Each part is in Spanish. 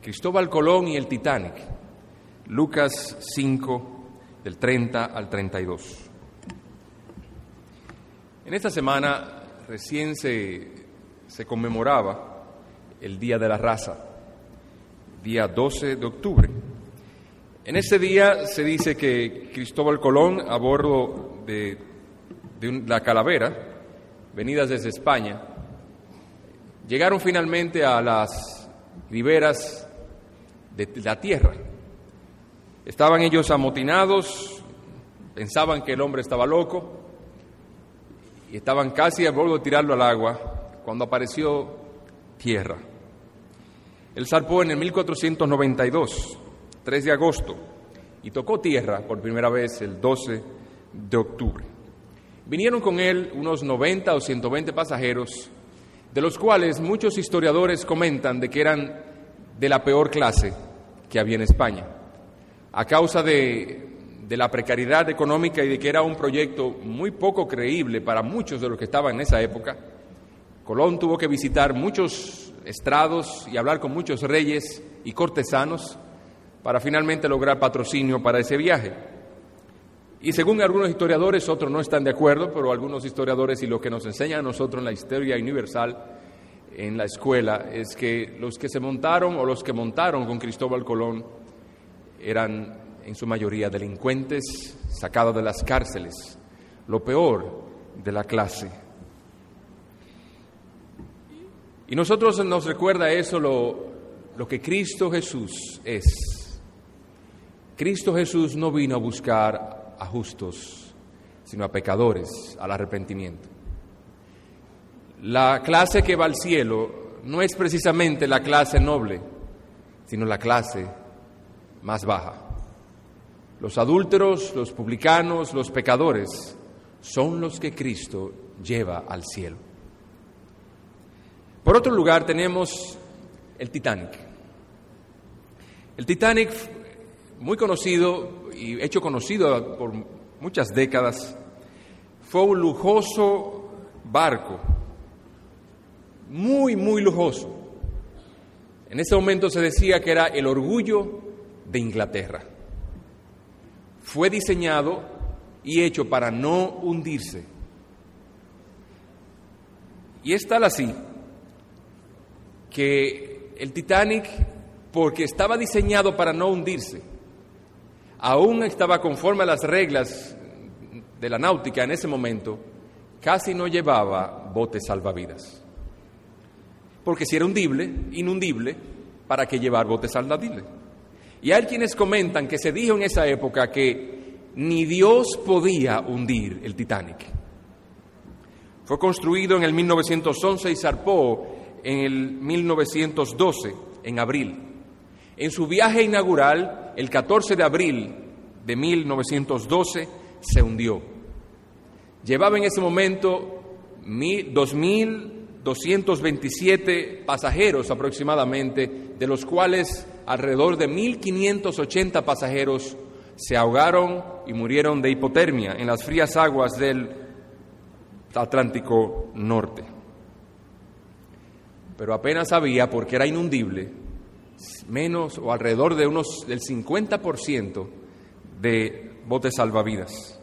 Cristóbal Colón y el Titanic, Lucas 5, del 30 al 32. En esta semana recién se conmemoraba el Día de la Raza, día 12 de octubre. En ese día se dice que Cristóbal Colón, a bordo de la Calavera, venidas desde España, llegaron finalmente a las riberas de la tierra. Estaban ellos amotinados, pensaban que el hombre estaba loco y estaban casi a bordo de tirarlo al agua cuando apareció tierra. Él zarpó en el 1492, 3 de agosto, y tocó tierra por primera vez el 12 de octubre. Vinieron con él unos 90 o 120 pasajeros, de los cuales muchos historiadores comentan de que eran de la peor clase que había en España, a causa de la precariedad económica y de que era un proyecto muy poco creíble para muchos de los que estaban en esa época. Colón tuvo que visitar muchos estrados y hablar con muchos reyes y cortesanos para finalmente lograr patrocinio para ese viaje. Y según algunos historiadores, otros no están de acuerdo, pero algunos historiadores y lo que nos enseñan a nosotros en la historia universal en la escuela es que los que se montaron o los que montaron con Cristóbal Colón eran en su mayoría delincuentes sacados de las cárceles, lo peor de la clase. Y nosotros nos recuerda eso lo que Cristo Jesús es. Cristo Jesús no vino a buscar a justos, sino a pecadores, al arrepentimiento. La clase que va al cielo no es precisamente la clase noble, sino la clase más baja. Los adúlteros, los publicanos, los pecadores son los que Cristo lleva al cielo. Por otro lugar tenemos el Titanic. El Titanic, muy conocido y hecho conocido por muchas décadas, fue un lujoso barco, muy, muy lujoso. En ese momento se decía que era el orgullo de Inglaterra. Fue diseñado y hecho para no hundirse. Y es tal así que el Titanic, porque estaba diseñado para no hundirse, aún estaba conforme a las reglas de la náutica en ese momento, casi no llevaba botes salvavidas. Porque si era inundible, ¿para qué llevar botes salvavidas? Y hay quienes comentan que se dijo en esa época que ni Dios podía hundir el Titanic. Fue construido en el 1911 y zarpó en el 1912, en abril. En su viaje inaugural, el 14 de abril de 1912, se hundió. Llevaba en ese momento 2.227 pasajeros aproximadamente, de los cuales alrededor de 1.580 pasajeros se ahogaron y murieron de hipotermia en las frías aguas del Atlántico Norte. Pero apenas había, porque era inundible, menos o alrededor de del 50% de botes salvavidas.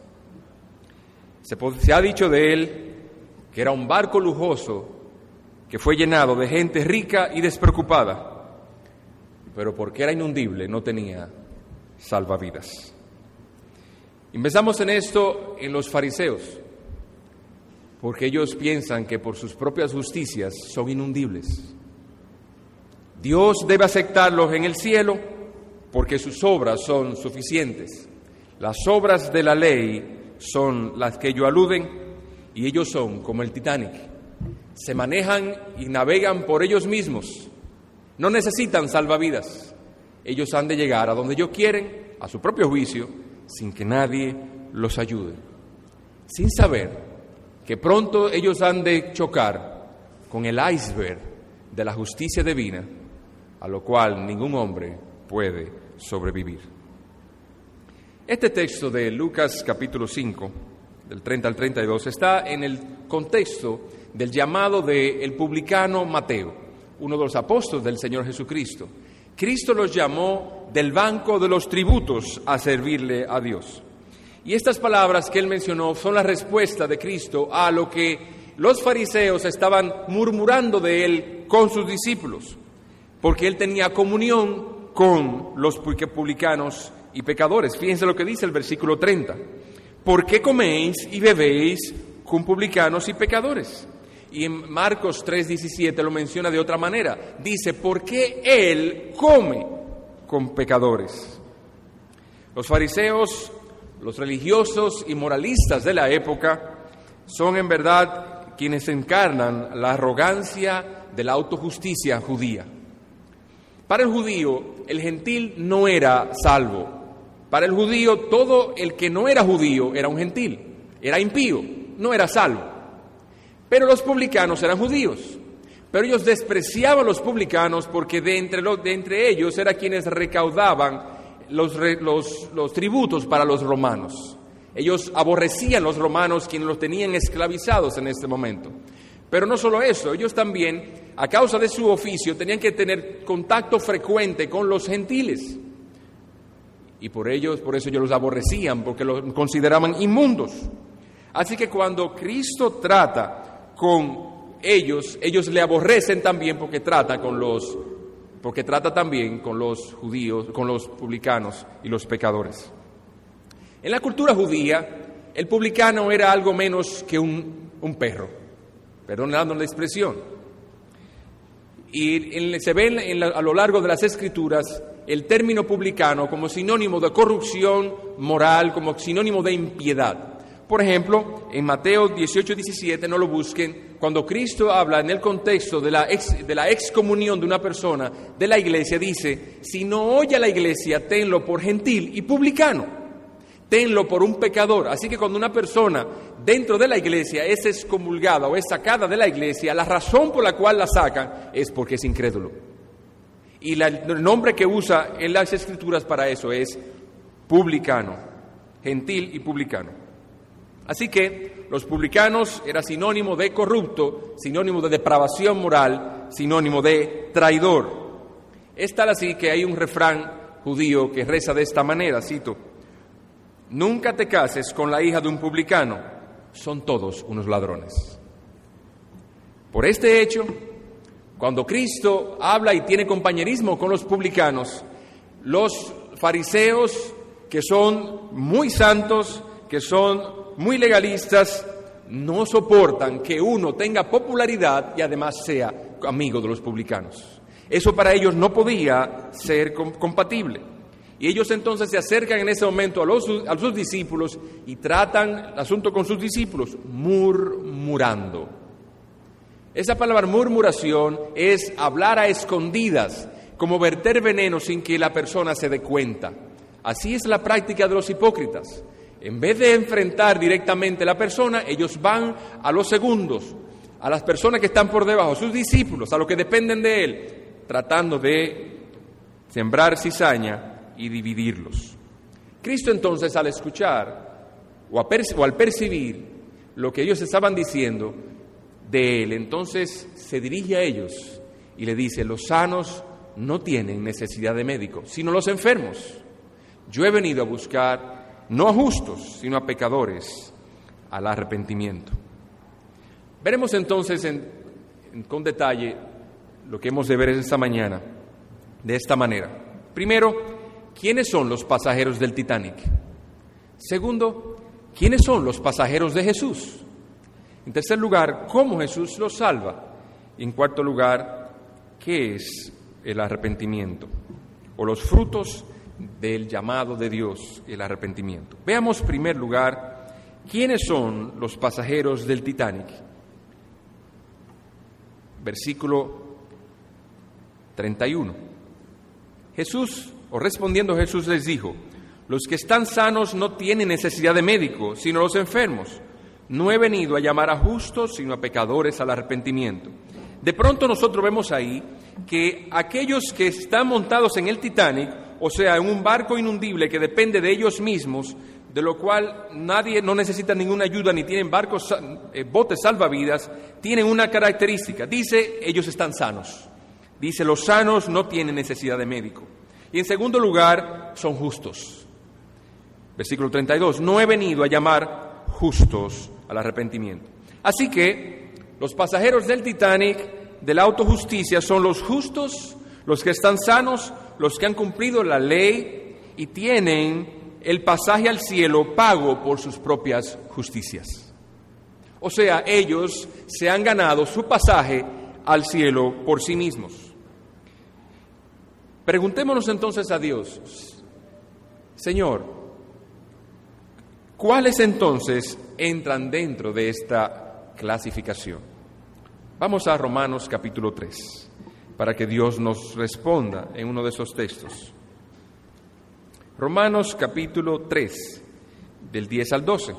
Se ha dicho de él que era un barco lujoso que fue llenado de gente rica y despreocupada, pero porque era inundible no tenía salvavidas. Y pensamos en esto en los fariseos, porque ellos piensan que por sus propias justicias son inundibles. Dios debe aceptarlos en el cielo porque sus obras son suficientes. Las obras de la ley son las que ellos aluden y ellos son como el Titanic. Se manejan y navegan por ellos mismos. No necesitan salvavidas. Ellos han de llegar a donde ellos quieren, a su propio juicio, sin que nadie los ayude. Sin saber que pronto ellos han de chocar con el iceberg de la justicia divina, a lo cual ningún hombre puede sobrevivir. Este texto de Lucas capítulo 5, del 30 al 32, está en el contexto del llamado del publicano Mateo, uno de los apóstoles del Señor Jesucristo, Cristo los llamó del banco de los tributos a servirle a Dios. Y estas palabras que él mencionó son la respuesta de Cristo a lo que los fariseos estaban murmurando de él con sus discípulos, porque él tenía comunión con los publicanos y pecadores. Fíjense lo que dice el versículo 30. ¿Por qué coméis y bebéis con publicanos y pecadores? Y en Marcos 3:17 lo menciona de otra manera. Dice, ¿por qué él come con pecadores? Los fariseos, los religiosos y moralistas de la época son en verdad quienes encarnan la arrogancia de la autojusticia judía. Para el judío, el gentil no era salvo. Para el judío, todo el que no era judío era un gentil, era impío, no era salvo. Pero los publicanos eran judíos. Pero ellos despreciaban a los publicanos porque de entre ellos eran quienes recaudaban los tributos para los romanos. Ellos aborrecían a los romanos, quienes los tenían esclavizados en este momento. Pero no solo eso, ellos también, a causa de su oficio, tenían que tener contacto frecuente con los gentiles. Y por eso ellos los aborrecían, porque los consideraban inmundos. Así que cuando Cristo trata con ellos le aborrecen también porque trata también con los judíos, con los publicanos y los pecadores. En la cultura judía, el publicano era algo menos que un perro, perdonando la expresión. Y se ve a lo largo de las Escrituras el término publicano como sinónimo de corrupción moral, como sinónimo de impiedad. Por ejemplo, en Mateo 18:17, no lo busquen, cuando Cristo habla en el contexto de la excomunión de una persona de la iglesia, dice, si no oye a la iglesia, tenlo por gentil y publicano, tenlo por un pecador. Así que cuando una persona dentro de la iglesia es excomulgada o es sacada de la iglesia, la razón por la cual la sacan es porque es incrédulo. Y el nombre que usa en las Escrituras para eso es publicano, gentil y publicano. Así que los publicanos era sinónimo de corrupto, sinónimo de depravación moral, sinónimo de traidor. Es tal así que hay un refrán judío que reza de esta manera, cito, nunca te cases con la hija de un publicano, son todos unos ladrones. Por este hecho, cuando Cristo habla y tiene compañerismo con los publicanos, los fariseos, que son muy santos, que son muy legalistas, no soportan que uno tenga popularidad y además sea amigo de los publicanos. Eso para ellos no podía ser compatible. Y ellos entonces se acercan en ese momento a sus discípulos y tratan el asunto con sus discípulos murmurando. Esa palabra murmuración es hablar a escondidas, como verter veneno sin que la persona se dé cuenta. Así es la práctica de los hipócritas. En vez de enfrentar directamente a la persona, ellos van a los segundos, a las personas que están por debajo, a sus discípulos, a los que dependen de él, tratando de sembrar cizaña y dividirlos. Cristo entonces, al escuchar o al percibir lo que ellos estaban diciendo de él, entonces se dirige a ellos y le dice, los sanos no tienen necesidad de médico, sino los enfermos. Yo he venido a buscar no a justos, sino a pecadores, al arrepentimiento. Veremos entonces con detalle lo que hemos de ver esta mañana, de esta manera. Primero, ¿quiénes son los pasajeros del Titanic? Segundo, ¿quiénes son los pasajeros de Jesús? En tercer lugar, ¿cómo Jesús los salva? Y en cuarto lugar, ¿qué es el arrepentimiento? O los frutos del llamado de Dios, el arrepentimiento. Veamos en primer lugar, ¿quiénes son los pasajeros del Titanic? Versículo 31. Respondiendo Jesús les dijo, los que están sanos no tienen necesidad de médico, sino los enfermos. No he venido a llamar a justos, sino a pecadores al arrepentimiento. De pronto nosotros vemos ahí que aquellos que están montados en el Titanic, o sea, en un barco inundible que depende de ellos mismos, de lo cual nadie no necesita ninguna ayuda, ni tienen botes salvavidas, tienen una característica. Dice, ellos están sanos. Dice, los sanos no tienen necesidad de médico. Y en segundo lugar, son justos. Versículo 32, no he venido a llamar justos al arrepentimiento. Así que los pasajeros del Titanic, de la autojusticia, son los justos, los que están sanos, los que han cumplido la ley y tienen el pasaje al cielo pago por sus propias justicias. O sea, ellos se han ganado su pasaje al cielo por sí mismos. Preguntémonos entonces a Dios, Señor, ¿cuáles entonces entran dentro de esta clasificación? Vamos a Romanos capítulo 3, para que Dios nos responda en uno de esos textos. Romanos capítulo 3, del 10 al 12.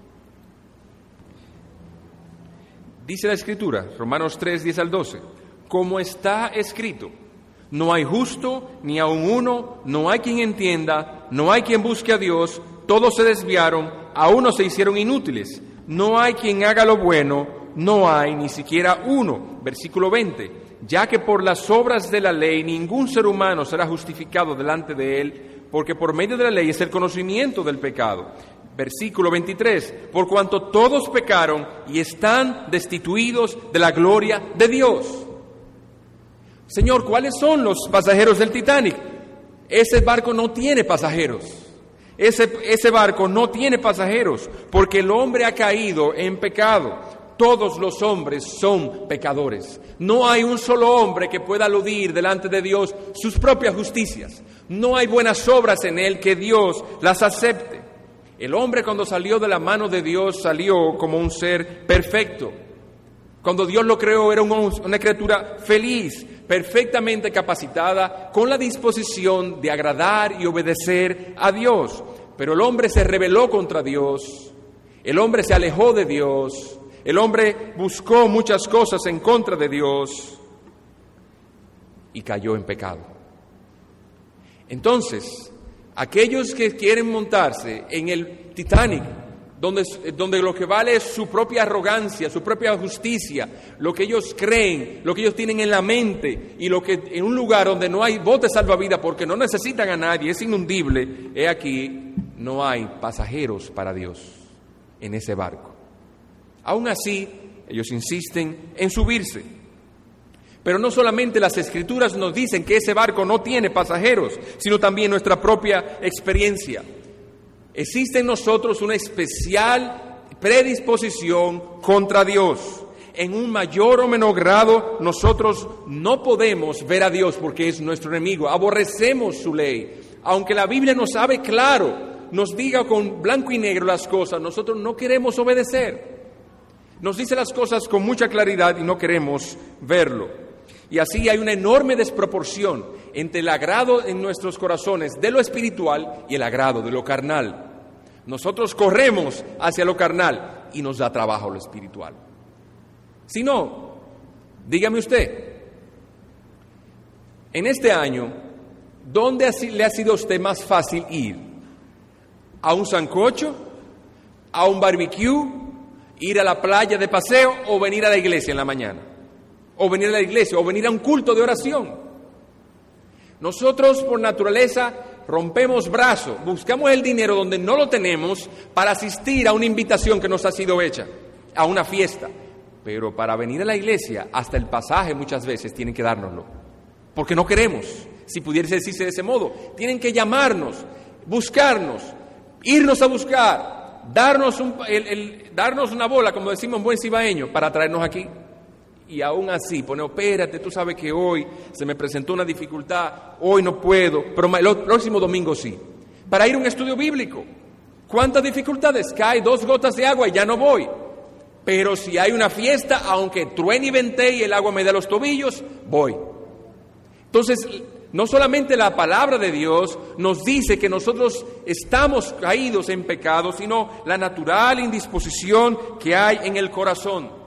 Dice la Escritura, Romanos 3, 10 al 12, como está escrito, no hay justo ni aun uno, no hay quien entienda, no hay quien busque a Dios, todos se desviaron, a uno se hicieron inútiles, no hay quien haga lo bueno, no hay ni siquiera uno. Versículo 20, ya que por las obras de la ley ningún ser humano será justificado delante de él, porque por medio de la ley es el conocimiento del pecado. Versículo 23, por cuanto todos pecaron y están destituidos de la gloria de Dios. Señor, ¿cuáles son los pasajeros del Titanic? Ese barco no tiene pasajeros. Ese barco no tiene pasajeros, porque el hombre ha caído en pecado. Todos los hombres son pecadores. No hay un solo hombre que pueda aludir delante de Dios sus propias justicias. No hay buenas obras en él que Dios las acepte. El hombre, cuando salió de la mano de Dios, salió como un ser perfecto. Cuando Dios lo creó, era una criatura feliz, perfectamente capacitada, con la disposición de agradar y obedecer a Dios. Pero el hombre se rebeló contra Dios, el hombre se alejó de Dios, el hombre buscó muchas cosas en contra de Dios y cayó en pecado. Entonces, aquellos que quieren montarse en el Titanic, donde lo que vale es su propia arrogancia, su propia justicia, lo que ellos creen, lo que ellos tienen en la mente, y lo que en un lugar donde no hay bote salvavidas porque no necesitan a nadie, es inundible, aquí no hay pasajeros para Dios en ese barco. Aún así, ellos insisten en subirse. Pero no solamente las Escrituras nos dicen que ese barco no tiene pasajeros, sino también nuestra propia experiencia. Existe en nosotros una especial predisposición contra Dios. En un mayor o menor grado, nosotros no podemos ver a Dios porque es nuestro enemigo. Aborrecemos su ley. Aunque la Biblia nos sabe claro, nos diga con blanco y negro las cosas, nosotros no queremos obedecer. Nos dice las cosas con mucha claridad y no queremos verlo. Y así hay una enorme desproporción entre el agrado en nuestros corazones de lo espiritual y el agrado de lo carnal. Nosotros corremos hacia lo carnal y nos da trabajo lo espiritual. Si no, dígame usted, en este año, ¿dónde le ha sido a usted más fácil ir? ¿A un sancocho? ¿A un barbecue? ¿Ir a la playa de paseo o venir a la iglesia en la mañana? ¿O venir a la iglesia o venir a un culto de oración? Nosotros por naturaleza rompemos brazos, buscamos el dinero donde no lo tenemos para asistir a una invitación que nos ha sido hecha, a una fiesta. Pero para venir a la iglesia, hasta el pasaje muchas veces tienen que dárnoslo, porque no queremos, si pudiese decirse de ese modo. Tienen que llamarnos, buscarnos, irnos a buscar, darnos una bola, como decimos en buen cibaeño, para traernos aquí. Y aún así, espérate, tú sabes que hoy se me presentó una dificultad, hoy no puedo, pero el próximo domingo sí. Para ir a un estudio bíblico, ¿cuántas dificultades? Cae 2 gotas de agua y ya no voy. Pero si hay una fiesta, aunque truene y ventee y el agua me dé los tobillos, voy. Entonces, no solamente la palabra de Dios nos dice que nosotros estamos caídos en pecado, sino la natural indisposición que hay en el corazón.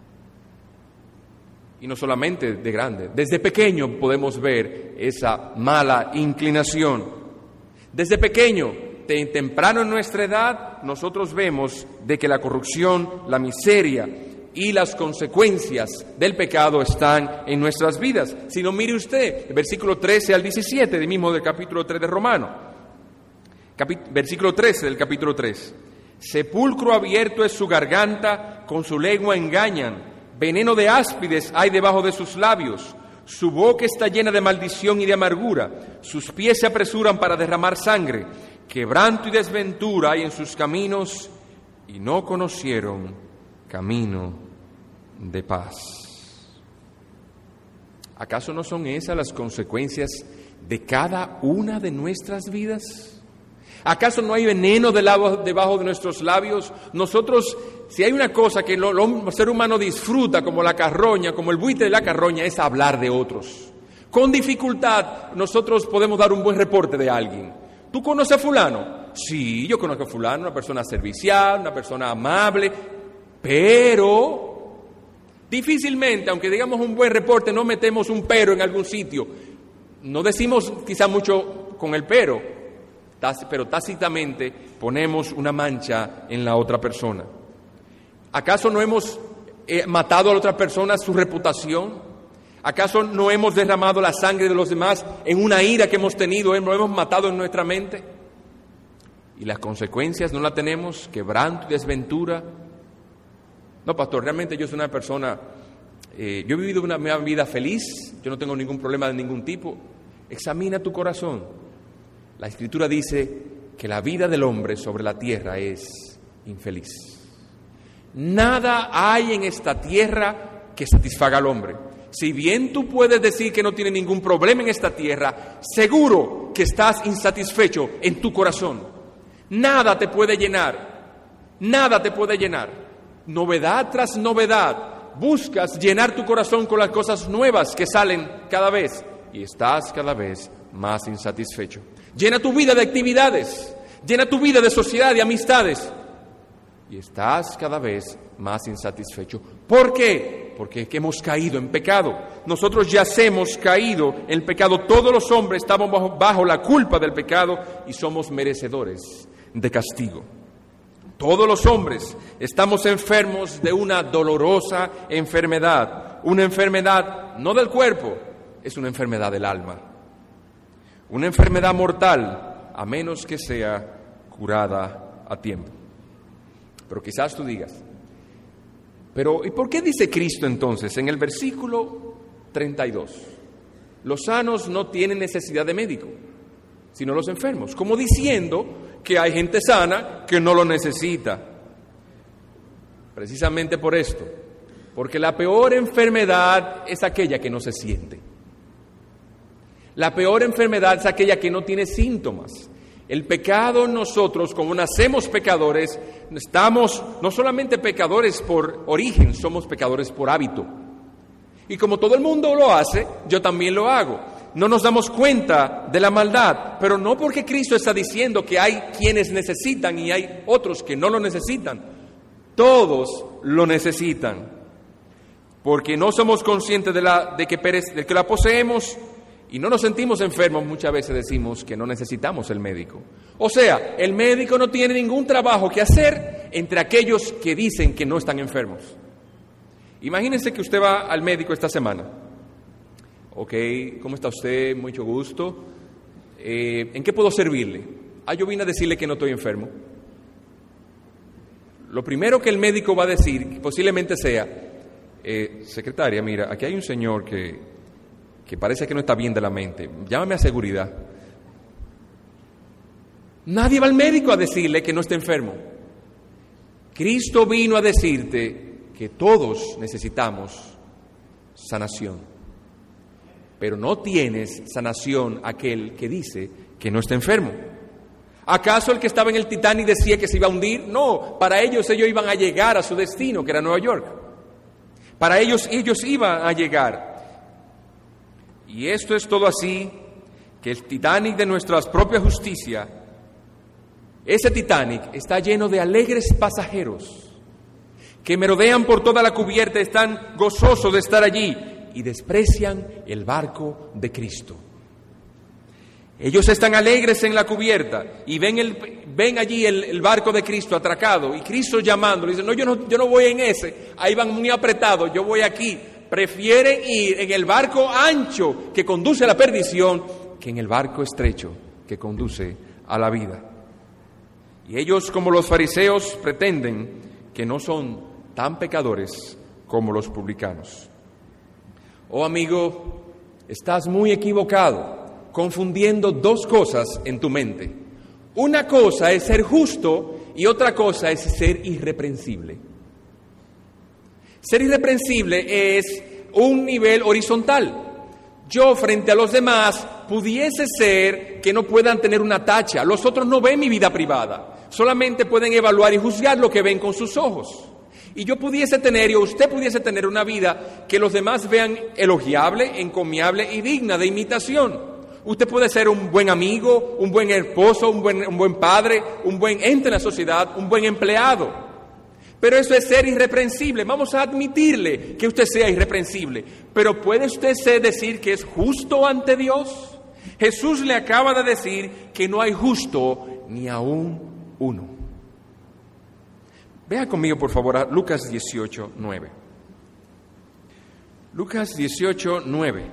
Y no solamente de grande, desde pequeño podemos ver esa mala inclinación. Desde pequeño, temprano en nuestra edad, nosotros vemos de que la corrupción, la miseria, y las consecuencias del pecado están en nuestras vidas. Si no, mire usted, el versículo 13 al 17 del mismo del capítulo 3 de Romanos. Versículo 13 del capítulo 3. Sepulcro abierto es su garganta, con su lengua engañan, veneno de áspides hay debajo de sus labios, su boca está llena de maldición y de amargura, sus pies se apresuran para derramar sangre, quebranto y desventura hay en sus caminos, y no conocieron camino de paz. ¿Acaso no son esas las consecuencias de cada una de nuestras vidas? ¿Acaso no hay veneno debajo de nuestros labios? Nosotros, si hay una cosa que el ser humano disfruta como la carroña, como el buitre de la carroña, es hablar de otros. Con dificultad nosotros podemos dar un buen reporte de alguien. ¿Tú conoces a fulano? Sí, yo conozco a fulano, una persona servicial, una persona amable, pero difícilmente, aunque digamos un buen reporte, no metemos un pero en algún sitio. No decimos quizá mucho con el pero tácitamente ponemos una mancha en la otra persona. ¿Acaso no hemos matado a la otra persona su reputación? ¿Acaso no hemos derramado la sangre de los demás en una ira que hemos tenido? ¿Lo hemos matado en nuestra mente? ¿Y las consecuencias no las tenemos? Quebranto y desventura. No, pastor, realmente yo soy una persona, yo he vivido una vida feliz, yo no tengo ningún problema de ningún tipo. Examina tu corazón. La Escritura dice que la vida del hombre sobre la tierra es infeliz. Nada hay en esta tierra que satisfaga al hombre. Si bien tú puedes decir que no tienes ningún problema en esta tierra, seguro que estás insatisfecho en tu corazón. Nada te puede llenar. Nada te puede llenar. Novedad tras novedad. Buscas llenar tu corazón con las cosas nuevas que salen cada vez y estás cada vez más insatisfecho. Llena tu vida de actividades, llena tu vida de sociedad, de amistades, y estás cada vez más insatisfecho. ¿Por qué? Porque es que hemos caído en pecado. Nosotros ya hemos caído en el pecado. Todos los hombres estamos bajo la culpa del pecado y somos merecedores de castigo. Todos los hombres estamos enfermos de una dolorosa enfermedad. Una enfermedad no del cuerpo, es una enfermedad del alma. Una enfermedad mortal, a menos que sea curada a tiempo. Pero quizás tú digas, pero ¿y por qué dice Cristo entonces en el versículo 32? Los sanos no tienen necesidad de médico, sino los enfermos. Como diciendo que hay gente sana que no lo necesita. Precisamente por esto, porque la peor enfermedad es aquella que no se siente. La peor enfermedad es aquella que no tiene síntomas. El pecado, nosotros, como nacemos pecadores, estamos no solamente pecadores por origen, somos pecadores por hábito. Y como todo el mundo lo hace, yo también lo hago. No nos damos cuenta de la maldad, pero no porque Cristo está diciendo que hay quienes necesitan y hay otros que no lo necesitan. Todos lo necesitan. Porque no somos conscientes de que la poseemos. Y no nos sentimos enfermos, muchas veces decimos que no necesitamos el médico. O sea, el médico no tiene ningún trabajo que hacer entre aquellos que dicen que no están enfermos. Imagínense que usted va al médico esta semana. Ok, ¿cómo está usted? Mucho gusto. ¿En qué puedo servirle? Yo vine a decirle que no estoy enfermo. Lo primero que el médico va a decir, posiblemente sea, secretaria, mira, aquí hay un señor que parece que no está bien de la mente, llámame a seguridad. Nadie va al médico a decirle que no está enfermo. Cristo vino a decirte que todos necesitamos sanación, pero no tienes sanación aquel que dice que no está enfermo. ¿Acaso el que estaba en el Titanic decía que se iba a hundir? No, para ellos iban a llegar a su destino, que era Nueva York. Para ellos iban a llegar. Y esto es todo así, que el Titanic de nuestra propia justicia, ese Titanic está lleno de alegres pasajeros que merodean por toda la cubierta, están gozosos de estar allí y desprecian el barco de Cristo. Ellos están alegres en la cubierta y ven allí el barco de Cristo atracado y Cristo llamándolo. Dicen, no, yo no voy en ese, ahí van muy apretados, yo voy aquí. Prefieren ir en el barco ancho que conduce a la perdición que en el barco estrecho que conduce a la vida. Y ellos, como los fariseos, pretenden que no son tan pecadores como los publicanos. Oh amigo, estás muy equivocado, confundiendo dos cosas en tu mente. Una cosa es ser justo y otra cosa es ser irreprensible. Ser irreprensible es un nivel horizontal. Yo frente a los demás pudiese ser que no puedan tener una tacha. Los otros no ven mi vida privada. Solamente pueden evaluar y juzgar lo que ven con sus ojos. Y yo pudiese tener, y usted pudiese tener una vida que los demás vean elogiable, encomiable y digna de imitación. Usted puede ser un buen amigo, un buen esposo, un buen padre, un buen ente en la sociedad, un buen empleado. Pero eso es ser irreprensible. Vamos a admitirle que usted sea irreprensible. Pero ¿puede usted decir que es justo ante Dios? Jesús le acaba de decir que no hay justo ni aún uno. Vea conmigo, por favor, a Lucas 18:9. Lucas 18:9.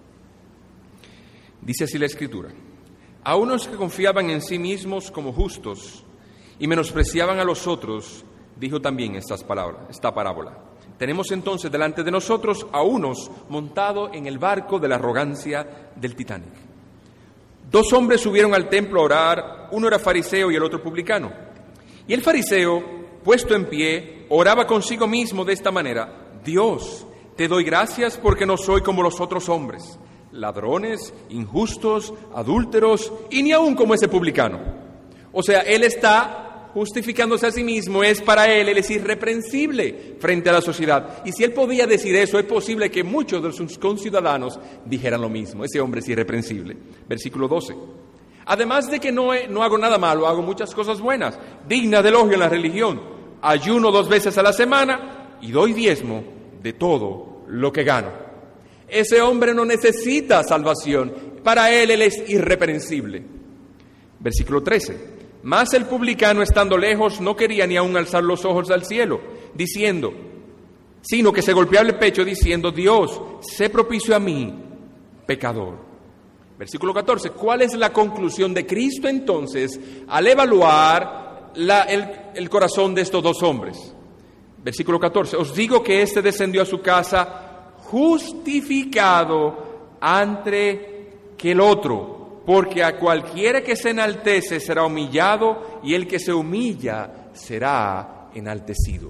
Dice así la Escritura: a unos que confiaban en sí mismos como justos y menospreciaban a los otros, dijo también esta parábola. Tenemos entonces delante de nosotros a unos montados en el barco de la arrogancia del Titanic. Dos hombres subieron al templo a orar, uno era fariseo y el otro publicano. Y el fariseo, puesto en pie, oraba consigo mismo de esta manera: Dios, te doy gracias porque no soy como los otros hombres, ladrones, injustos, adúlteros y ni aún como ese publicano. O sea, él está justificándose a sí mismo. Para él es irreprensible frente a la sociedad. Y si él podía decir eso, es posible que muchos de sus conciudadanos dijeran lo mismo: ese hombre es irreprensible. Versículo 12. Además de que no hago nada malo, hago muchas cosas buenas, dignas de elogio en la religión. Ayuno 2 veces a la semana y doy diezmo de todo lo que gano. Ese hombre no necesita salvación. Para él es irreprensible. Versículo 13. Mas el publicano, estando lejos, no quería ni aun alzar los ojos al cielo, sino que se golpeaba el pecho diciendo: Dios, sé propicio a mí, pecador. Versículo 14. ¿Cuál es la conclusión de Cristo entonces al evaluar el corazón de estos dos hombres? Versículo 14. Os digo que éste descendió a su casa justificado antes que el otro. Porque a cualquiera que se enaltece será humillado, y el que se humilla será enaltecido.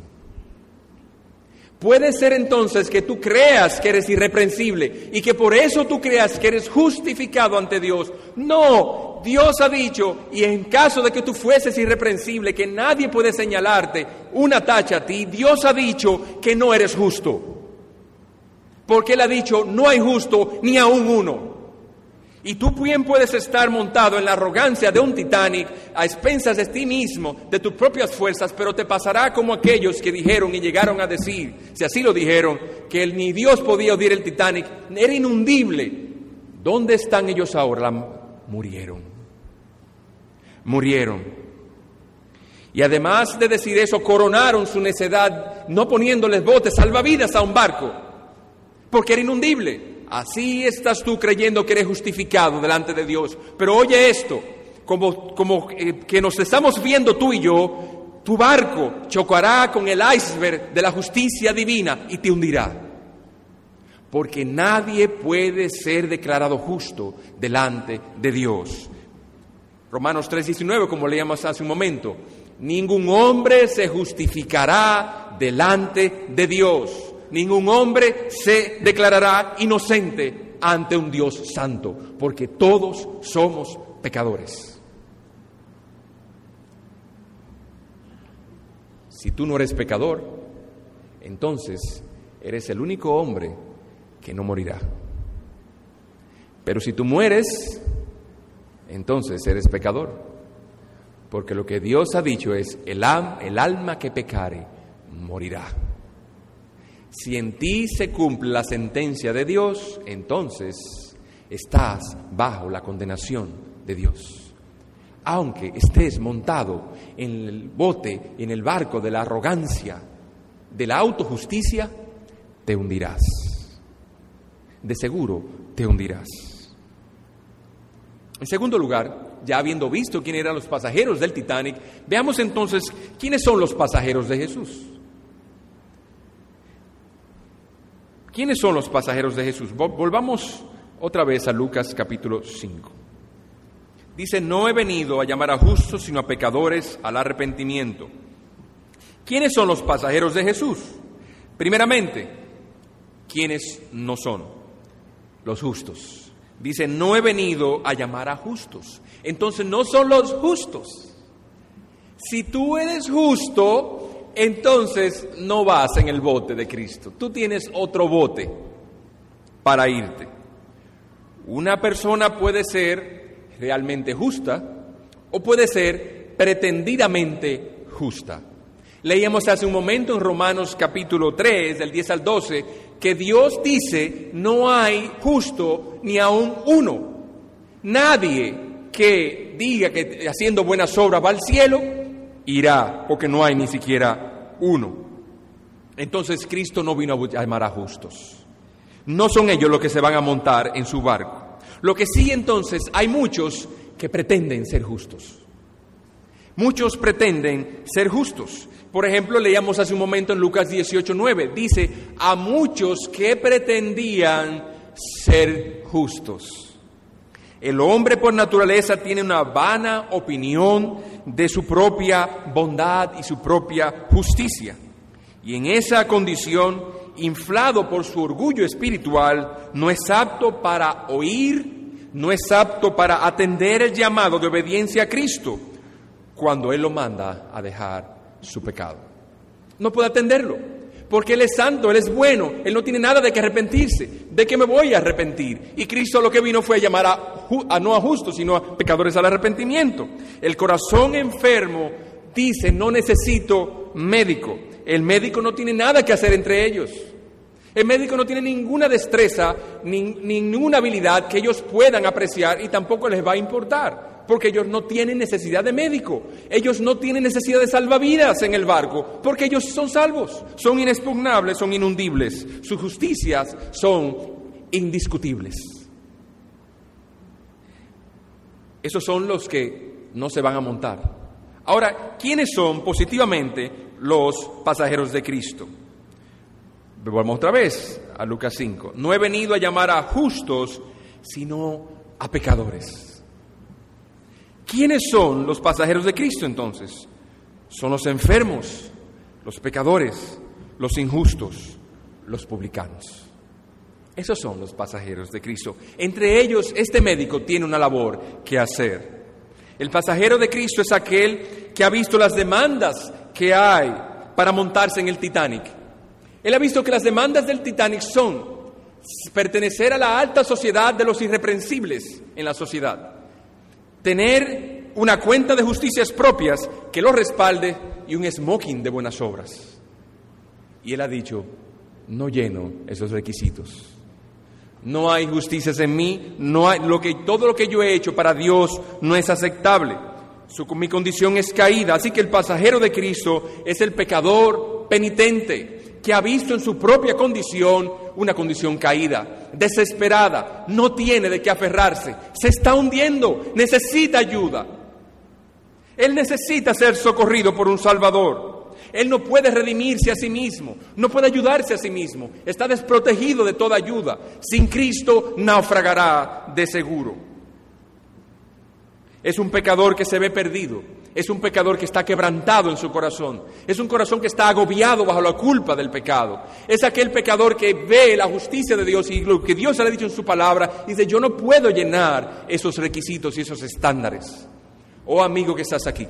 Puede ser entonces que tú creas que eres irreprensible y que por eso tú creas que eres justificado ante Dios. No, Dios ha dicho, y en caso de que tú fueses irreprensible, que nadie puede señalarte una tacha a ti, Dios ha dicho que no eres justo. Porque Él ha dicho: no hay justo ni aún uno. Y tú bien puedes estar montado en la arrogancia de un Titanic, a expensas de ti mismo, de tus propias fuerzas, pero te pasará como aquellos que dijeron y llegaron a decir, si así lo dijeron, que ni Dios podía hundir el Titanic, era inundible. ¿Dónde están ellos ahora? Murieron. Y además de decir eso, coronaron su necedad, no poniéndoles botes salvavidas a un barco, porque era inundible. Así estás tú creyendo que eres justificado delante de Dios. Pero oye esto, como que nos estamos viendo tú y yo, tu barco chocará con el iceberg de la justicia divina y te hundirá. Porque nadie puede ser declarado justo delante de Dios. Romanos 3:19, como leíamos hace un momento: ningún hombre se justificará delante de Dios. Ningún hombre se declarará inocente ante un Dios santo, porque todos somos pecadores. Si tú no eres pecador, entonces eres el único hombre que no morirá. Pero si tú mueres, entonces eres pecador, porque lo que Dios ha dicho es: el alma que pecare morirá. Si en ti se cumple la sentencia de Dios, entonces estás bajo la condenación de Dios. Aunque estés montado en el bote, en el barco de la arrogancia, de la autojusticia, te hundirás. De seguro te hundirás. En segundo lugar, ya habiendo visto quiénes eran los pasajeros del Titanic, veamos entonces quiénes son los pasajeros de Jesús. ¿Quiénes son los pasajeros de Jesús? Volvamos otra vez a Lucas capítulo 5. Dice, no he venido a llamar a justos, sino a pecadores al arrepentimiento. ¿Quiénes son los pasajeros de Jesús? Primeramente, ¿quiénes no son? Los justos. Dice, no he venido a llamar a justos. Entonces no son los justos. Si tú eres justo, entonces no vas en el bote de Cristo. Tú tienes otro bote para irte. Una persona puede ser realmente justa o puede ser pretendidamente justa. Leíamos hace un momento en Romanos capítulo 3, del 10 al 12, que Dios dice, no hay justo ni aun uno. Nadie que diga que haciendo buenas obras va al cielo, irá, porque no hay ni siquiera uno. Entonces Cristo no vino a llamar a justos. No son ellos los que se van a montar en su barco. Lo que sí, entonces, hay muchos que pretenden ser justos. Muchos pretenden ser justos. Por ejemplo, leíamos hace un momento en Lucas 18:9, dice, a muchos que pretendían ser justos. El hombre por naturaleza tiene una vana opinión de su propia bondad y su propia justicia. Y en esa condición, inflado por su orgullo espiritual, no es apto para oír, no es apto para atender el llamado de obediencia a Cristo cuando Él lo manda a dejar su pecado. No puede atenderlo, porque Él es santo, Él es bueno, Él no tiene nada de que arrepentirse. ¿De qué me voy a arrepentir? Y Cristo lo que vino fue a llamar no a justos, sino a pecadores al arrepentimiento. El corazón enfermo dice, no necesito médico. El médico no tiene nada que hacer entre ellos. El médico no tiene ninguna destreza, ninguna habilidad que ellos puedan apreciar y tampoco les va a importar, porque ellos no tienen necesidad de médico. Ellos no tienen necesidad de salvavidas en el barco, porque ellos son salvos, son inexpugnables, son inundibles. Sus justicias son indiscutibles. Esos son los que no se van a montar. Ahora, ¿quiénes son positivamente los pasajeros de Cristo? Volvamos otra vez a Lucas 5. No he venido a llamar a justos, sino a pecadores. ¿Quiénes son los pasajeros de Cristo entonces? Son los enfermos, los pecadores, los injustos, los publicanos. Esos son los pasajeros de Cristo. Entre ellos, este médico tiene una labor que hacer. El pasajero de Cristo es aquel que ha visto las demandas que hay para montarse en el Titanic. Él ha visto que las demandas del Titanic son pertenecer a la alta sociedad de los irreprensibles en la sociedad, tener una cuenta de justicias propias que lo respalde y un smoking de buenas obras. Y él ha dicho, no lleno esos requisitos. No hay justicias en mí, todo lo que yo he hecho para Dios no es aceptable. Mi condición es caída, así que el pasajero de Cristo es el pecador penitente, que ha visto en su propia condición una condición caída, desesperada, no tiene de qué aferrarse, se está hundiendo, necesita ayuda. Él necesita ser socorrido por un Salvador. Él no puede redimirse a sí mismo, no puede ayudarse a sí mismo, está desprotegido de toda ayuda. Sin Cristo naufragará de seguro. Es un pecador que se ve perdido. Es un pecador que está quebrantado en su corazón. Es un corazón que está agobiado bajo la culpa del pecado. Es aquel pecador que ve la justicia de Dios y lo que Dios le ha dicho en su palabra. Y dice, yo no puedo llenar esos requisitos y esos estándares. Oh amigo que estás aquí.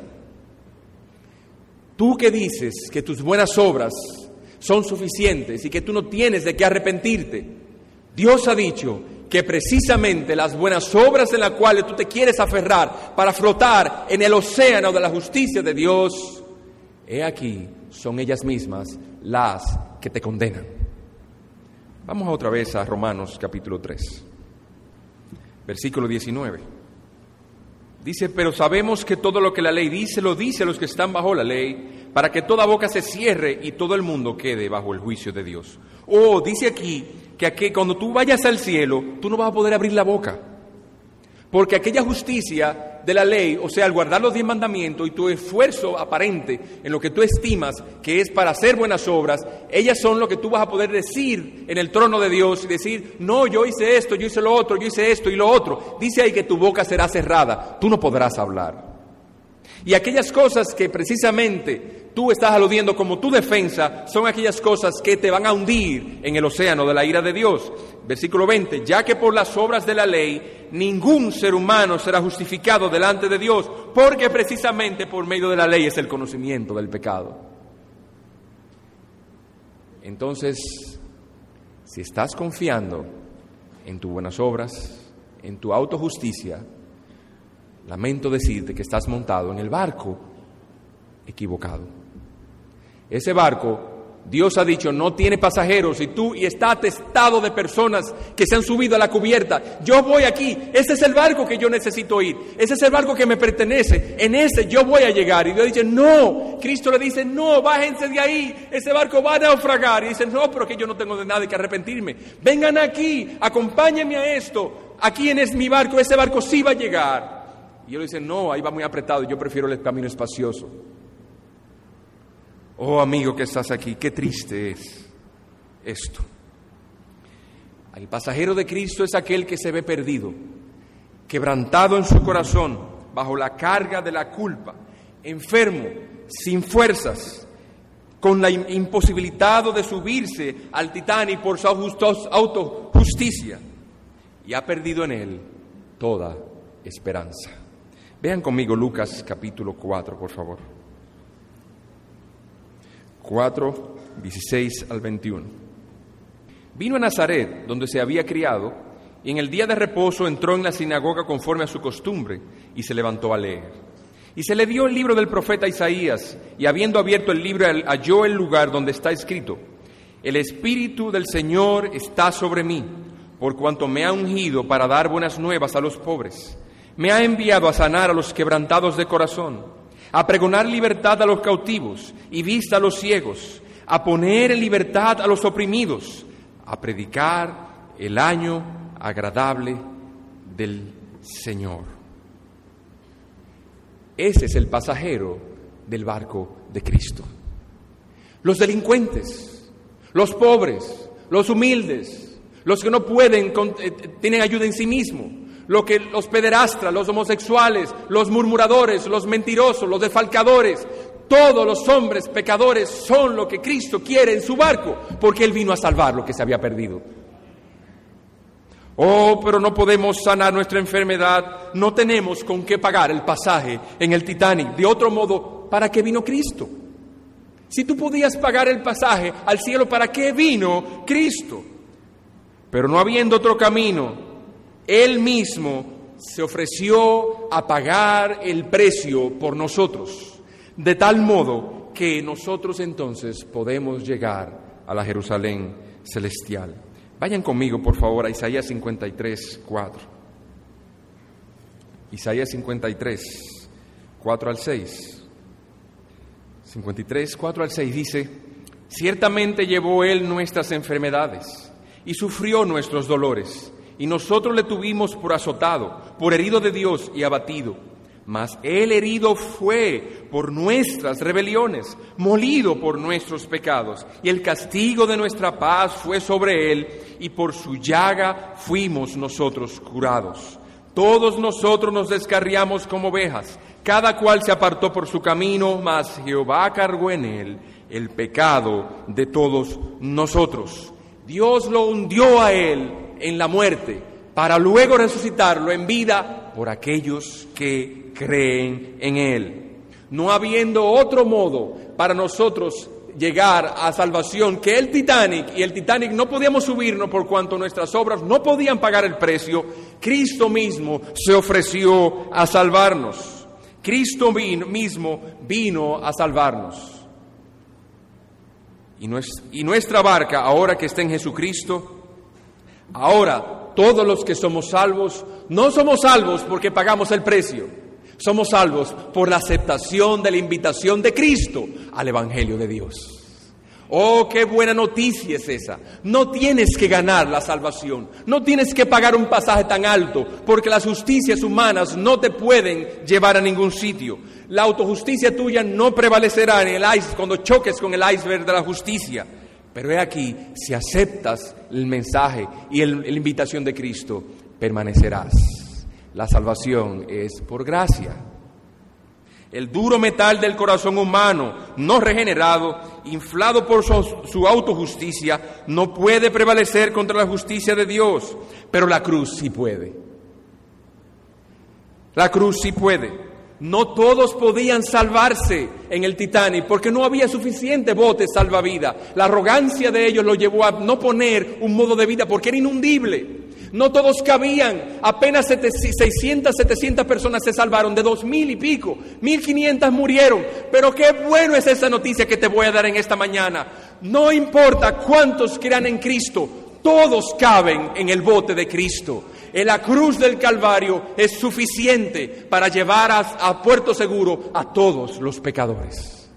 Tú que dices que tus buenas obras son suficientes y que tú no tienes de qué arrepentirte. Dios ha dicho que precisamente las buenas obras en las cuales tú te quieres aferrar para flotar en el océano de la justicia de Dios, he aquí, son ellas mismas las que te condenan. Vamos otra vez a Romanos capítulo 3. Versículo 19. Dice, pero sabemos que todo lo que la ley dice, lo dice a los que están bajo la ley, para que toda boca se cierre y todo el mundo quede bajo el juicio de Dios. Dice aquí que cuando tú vayas al cielo, tú no vas a poder abrir la boca. Porque aquella justicia de la ley, o sea, al guardar los 10 mandamientos y tu esfuerzo aparente en lo que tú estimas que es para hacer buenas obras, ellas son lo que tú vas a poder decir en el trono de Dios y decir, no, yo hice esto, yo hice lo otro, yo hice esto y lo otro. Dice ahí que tu boca será cerrada, tú no podrás hablar. Y aquellas cosas que precisamente tú estás aludiendo como tu defensa son aquellas cosas que te van a hundir en el océano de la ira de Dios. Versículo 20, ya que por las obras de la ley ningún ser humano será justificado delante de Dios, porque precisamente por medio de la ley es el conocimiento del pecado. Entonces, si estás confiando en tus buenas obras, en tu autojusticia, lamento decirte que estás montado en el barco equivocado. Ese barco, Dios ha dicho, no tiene pasajeros y está atestado de personas que se han subido a la cubierta. Yo voy aquí, ese es el barco que yo necesito ir, ese es el barco que me pertenece, en ese yo voy a llegar. Y Dios dice, no, Cristo le dice, no, bájense de ahí, ese barco va a naufragar. Y dicen, no, pero que yo no tengo de nada que arrepentirme. Vengan aquí, acompáñenme a esto, aquí es mi barco, ese barco sí va a llegar. Y ellos dicen, no, ahí va muy apretado, yo prefiero el camino espacioso. Oh, amigo que estás aquí, qué triste es esto. El pasajero de Cristo es aquel que se ve perdido, quebrantado en su corazón, bajo la carga de la culpa, enfermo, sin fuerzas, con la imposibilitado de subirse al Titanic por su autojusticia, y ha perdido en él toda esperanza. Vean conmigo Lucas capítulo 4, por favor. 4, 16 al 21. Vino a Nazaret, donde se había criado, y en el día de reposo entró en la sinagoga conforme a su costumbre, y se levantó a leer. Y se le dio el libro del profeta Isaías, y habiendo abierto el libro, halló el lugar donde está escrito: El Espíritu del Señor está sobre mí, por cuanto me ha ungido para dar buenas nuevas a los pobres. Me ha enviado a sanar a los quebrantados de corazón, a pregonar libertad a los cautivos y vista a los ciegos, a poner en libertad a los oprimidos, a predicar el año agradable del Señor. Ese es el pasajero del barco de Cristo. Los delincuentes, los pobres, los humildes, los que no pueden, tienen ayuda en sí mismos, los pederastras, los homosexuales, los murmuradores, los mentirosos, los defalcadores, todos los hombres pecadores son lo que Cristo quiere en su barco, porque Él vino a salvar lo que se había perdido. Oh, pero no podemos sanar nuestra enfermedad, no tenemos con qué pagar el pasaje en el Titanic. De otro modo, ¿para qué vino Cristo? Si tú podías pagar el pasaje al cielo, ¿para qué vino Cristo? Pero no habiendo otro camino, Él mismo se ofreció a pagar el precio por nosotros, de tal modo que nosotros entonces podemos llegar a la Jerusalén celestial. Vayan conmigo, por favor, a Isaías 53, 4. Isaías 53, 4 al 6. 53, 4 al 6 dice: Ciertamente llevó Él nuestras enfermedades y sufrió nuestros dolores, y nosotros le tuvimos por azotado, por herido de Dios y abatido. Mas Él herido fue por nuestras rebeliones, molido por nuestros pecados, y el castigo de nuestra paz fue sobre Él, y por su llaga fuimos nosotros curados. Todos nosotros nos descarriamos como ovejas, cada cual se apartó por su camino, mas Jehová cargó en Él el pecado de todos nosotros. Dios lo hundió a Él en la muerte, para luego resucitarlo en vida por aquellos que creen en Él. No habiendo otro modo para nosotros llegar a salvación que el Titanic, y el Titanic no podíamos subirnos por cuanto nuestras obras no podían pagar el precio, Cristo mismo se ofreció a salvarnos. Cristo mismo vino a salvarnos. Y nuestra barca, ahora que está en Jesucristo, ahora todos los que somos salvos, no somos salvos porque pagamos el precio. Somos salvos por la aceptación de la invitación de Cristo al Evangelio de Dios. Oh, qué buena noticia es esa. No tienes que ganar la salvación. No tienes que pagar un pasaje tan alto, porque las justicias humanas no te pueden llevar a ningún sitio. La autojusticia tuya no prevalecerá en el cuando choques con el iceberg de la justicia. Pero he aquí, si aceptas el mensaje y la invitación de Cristo, permanecerás. La salvación es por gracia. El duro metal del corazón humano, no regenerado, inflado por su autojusticia, no puede prevalecer contra la justicia de Dios. Pero la cruz sí puede. La cruz sí puede. No todos podían salvarse en el Titanic porque no había suficiente bote salvavidas. La arrogancia de ellos lo llevó a no poner un modo de vida porque era inundible. No todos cabían, apenas 600, 700 personas se salvaron, de 2,000 y pico, 1,500 murieron. Pero qué bueno es esa noticia que te voy a dar en esta mañana. No importa cuántos crean en Cristo, todos caben en el bote de Cristo. En la cruz del Calvario es suficiente para llevar a puerto seguro a todos los pecadores.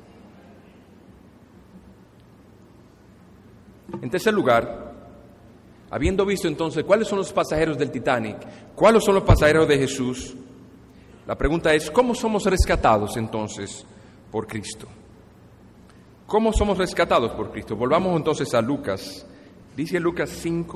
En tercer lugar, habiendo visto entonces cuáles son los pasajeros del Titanic, cuáles son los pasajeros de Jesús, la pregunta es, ¿cómo somos rescatados entonces por Cristo? ¿Cómo somos rescatados por Cristo? Volvamos entonces a Lucas. Dice Lucas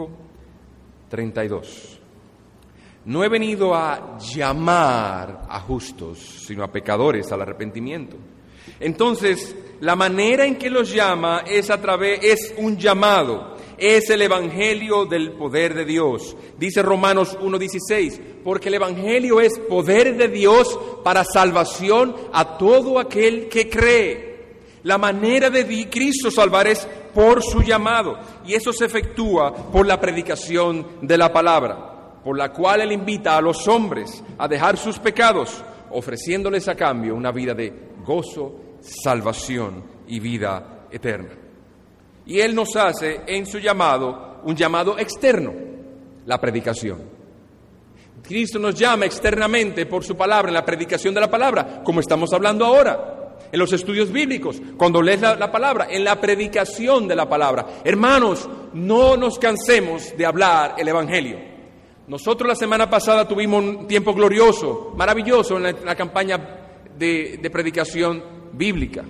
5:32. No he venido a llamar a justos, sino a pecadores al arrepentimiento. Entonces, la manera en que los llama es un llamado. Es el Evangelio del poder de Dios. Dice Romanos 1:16, porque el Evangelio es poder de Dios para salvación a todo aquel que cree. La manera de Cristo salvar es por su llamado, y eso se efectúa por la predicación de la palabra, por la cual Él invita a los hombres a dejar sus pecados, ofreciéndoles a cambio una vida de gozo, salvación y vida eterna. Y Él nos hace en su llamado un llamado externo, la predicación. Cristo nos llama externamente por su palabra, en la predicación de la palabra, como estamos hablando ahora, en los estudios bíblicos, cuando lees la palabra, en la predicación de la palabra. Hermanos, no nos cansemos de hablar el Evangelio. Nosotros la semana pasada tuvimos un tiempo glorioso, maravilloso en la campaña de predicación bíblica.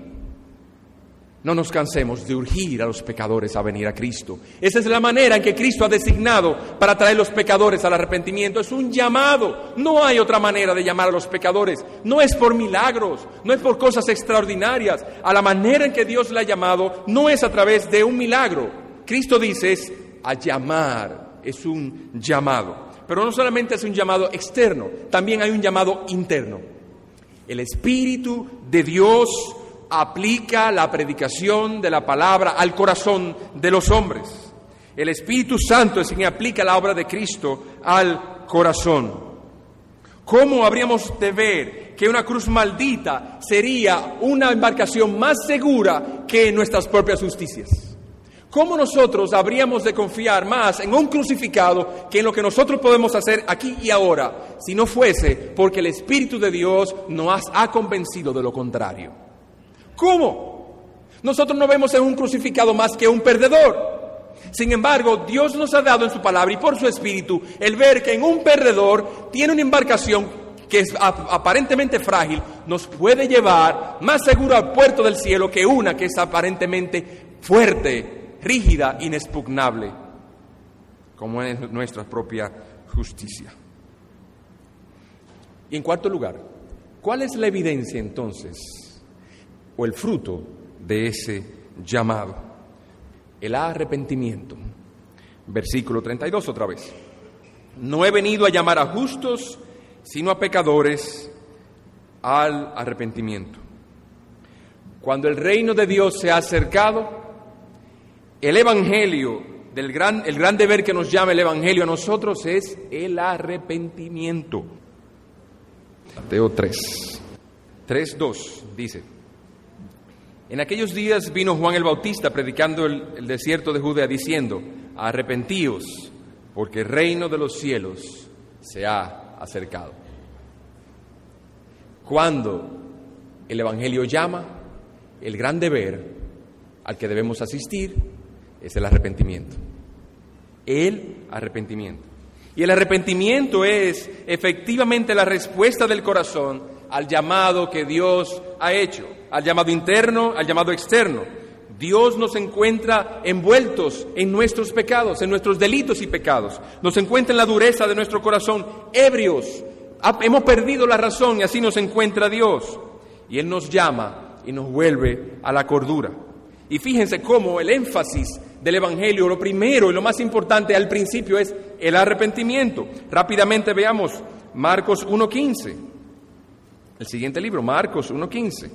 No nos cansemos de urgir a los pecadores a venir a Cristo. Esa es la manera en que Cristo ha designado para traer los pecadores al arrepentimiento. Es un llamado. No hay otra manera de llamar a los pecadores. No es por milagros, no es por cosas extraordinarias. A la manera en que Dios la ha llamado no es a través de un milagro. Cristo dice es a llamar, es un llamado. Pero no solamente es un llamado externo, también hay un llamado interno. El Espíritu de Dios aplica la predicación de la palabra al corazón de los hombres. El Espíritu Santo es quien aplica la obra de Cristo al corazón. ¿Cómo habríamos de ver que una cruz maldita sería una embarcación más segura que nuestras propias justicias? ¿Cómo nosotros habríamos de confiar más en un crucificado que en lo que nosotros podemos hacer aquí y ahora, si no fuese porque el Espíritu de Dios nos ha convencido de lo contrario? ¿Cómo? Nosotros no vemos en un crucificado más que un perdedor. Sin embargo, Dios nos ha dado en su palabra y por su Espíritu el ver que en un perdedor tiene una embarcación que es aparentemente frágil, nos puede llevar más seguro al puerto del cielo que una que es aparentemente fuerte, rígida, inexpugnable, como es nuestra propia justicia. Y en cuarto lugar, ¿cuál es la evidencia entonces, o el fruto de ese llamado? El arrepentimiento. Versículo 32 otra vez. No he venido a llamar a justos, sino a pecadores al arrepentimiento. Cuando el reino de Dios se ha acercado, el evangelio, el gran deber que nos llama el evangelio a nosotros es el arrepentimiento. Mateo 3:2 dice: en aquellos días vino Juan el Bautista predicando el desierto de Judea diciendo: arrepentíos, porque el reino de los cielos se ha acercado. Cuando el Evangelio llama, el gran deber al que debemos asistir es el arrepentimiento. El arrepentimiento. Y el arrepentimiento es efectivamente la respuesta del corazón al llamado que Dios ha hecho, al llamado interno, al llamado externo. Dios nos encuentra envueltos en nuestros pecados, en nuestros delitos y pecados. Nos encuentra en la dureza de nuestro corazón, ebrios. Hemos perdido la razón y así nos encuentra Dios. Y Él nos llama y nos vuelve a la cordura. Y fíjense cómo el énfasis del Evangelio, lo primero y lo más importante al principio es el arrepentimiento. Rápidamente veamos Marcos 1:15. El siguiente libro, Marcos 1:15.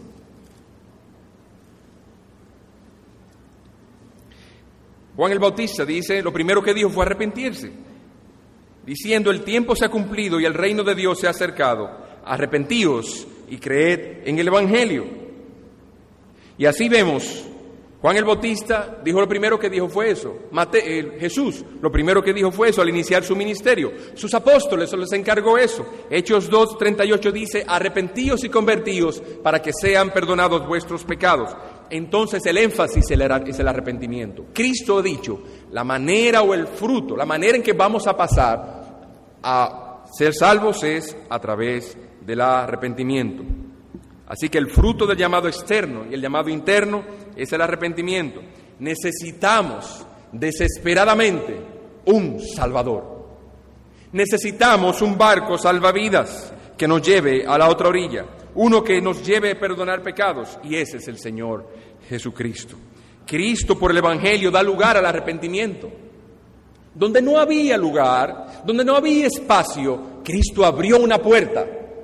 Juan el Bautista dice, lo primero que dijo fue arrepentirse, diciendo, el tiempo se ha cumplido y el reino de Dios se ha acercado. Arrepentíos y creed en el Evangelio. Y así vemos, Juan el Bautista dijo lo primero que dijo fue eso. Jesús lo primero que dijo fue eso al iniciar su ministerio. Sus apóstoles les encargó eso. Hechos 2:38 dice, arrepentíos y convertíos para que sean perdonados vuestros pecados. Entonces el énfasis es el arrepentimiento. Cristo ha dicho, la manera o el fruto, la manera en que vamos a pasar a ser salvos es a través del arrepentimiento. Así que el fruto del llamado externo y el llamado interno es el arrepentimiento. Necesitamos desesperadamente un Salvador. Necesitamos un barco salvavidas que nos lleve a la otra orilla. Uno que nos lleve a perdonar pecados, y ese es el Señor Jesucristo. Cristo por el Evangelio da lugar al arrepentimiento. Donde no había lugar, donde no había espacio, Cristo abrió una puerta.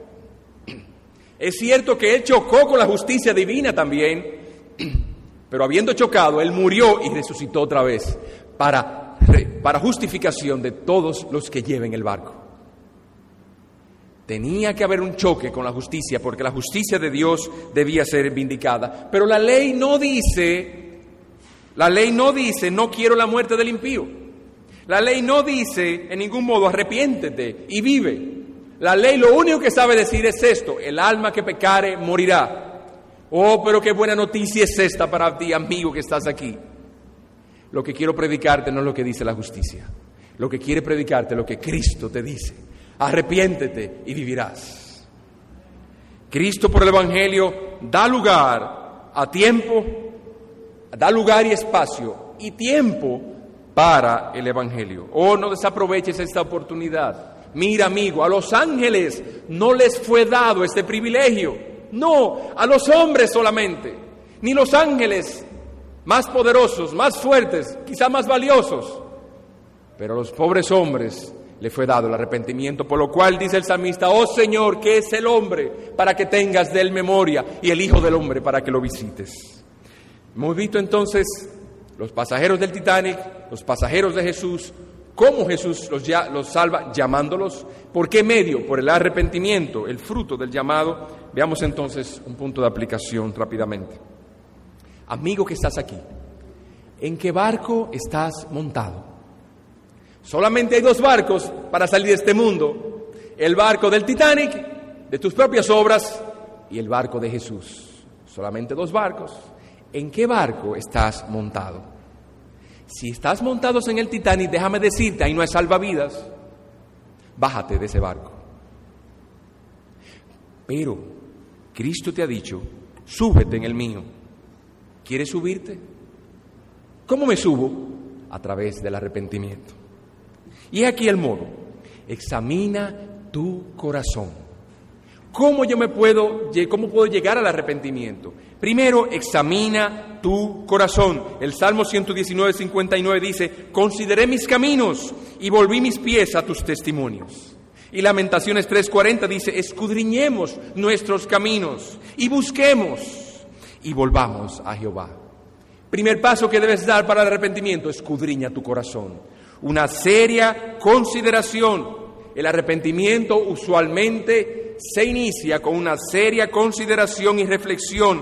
Es cierto que Él chocó con la justicia divina también, pero habiendo chocado, Él murió y resucitó otra vez para justificación de todos los que lleven el barco. Tenía que haber un choque con la justicia, porque la justicia de Dios debía ser vindicada. Pero la ley no dice, no quiero la muerte del impío. La ley no dice en ningún modo, arrepiéntete y vive. La ley lo único que sabe decir es esto, el alma que pecare morirá. Oh, pero qué buena noticia es esta para ti, amigo, que estás aquí. Lo que quiero predicarte no es lo que dice la justicia. Lo que quiere predicarte es lo que Cristo te dice. Arrepiéntete y vivirás. Cristo por el Evangelio da lugar a tiempo, da lugar y espacio y tiempo para el Evangelio. Oh, no desaproveches esta oportunidad. Mira, amigo, a los ángeles no les fue dado este privilegio. No, a los hombres solamente. Ni los ángeles más poderosos, más fuertes, quizá más valiosos. Pero a los pobres hombres le fue dado el arrepentimiento, por lo cual dice el salmista, oh Señor, ¿qué es el hombre para que tengas de él memoria? Y el Hijo del Hombre para que lo visites. Hemos visto entonces los pasajeros del Titanic, los pasajeros de Jesús, cómo Jesús los salva llamándolos, ¿por qué medio? Por el arrepentimiento, el fruto del llamado. Veamos entonces un punto de aplicación rápidamente. Amigo que estás aquí, ¿en qué barco estás montado? Solamente hay dos barcos para salir de este mundo, el barco del Titanic, de tus propias obras, y el barco de Jesús. Solamente dos barcos. ¿En qué barco estás montado? Si estás montados en el Titanic, déjame decirte, ahí no hay salvavidas. Bájate de ese barco. Pero Cristo te ha dicho, súbete en el mío. ¿Quieres subirte? ¿Cómo me subo? A través del arrepentimiento. Y aquí el modo, examina tu corazón. ¿Cómo puedo llegar al arrepentimiento? Primero, examina tu corazón. El Salmo 119:59 dice, consideré mis caminos y volví mis pies a tus testimonios. Y Lamentaciones 3:40 dice, escudriñemos nuestros caminos y busquemos y volvamos a Jehová. Primer paso que debes dar para el arrepentimiento, escudriña tu corazón. Una seria consideración. El arrepentimiento usualmente se inicia con una seria consideración y reflexión,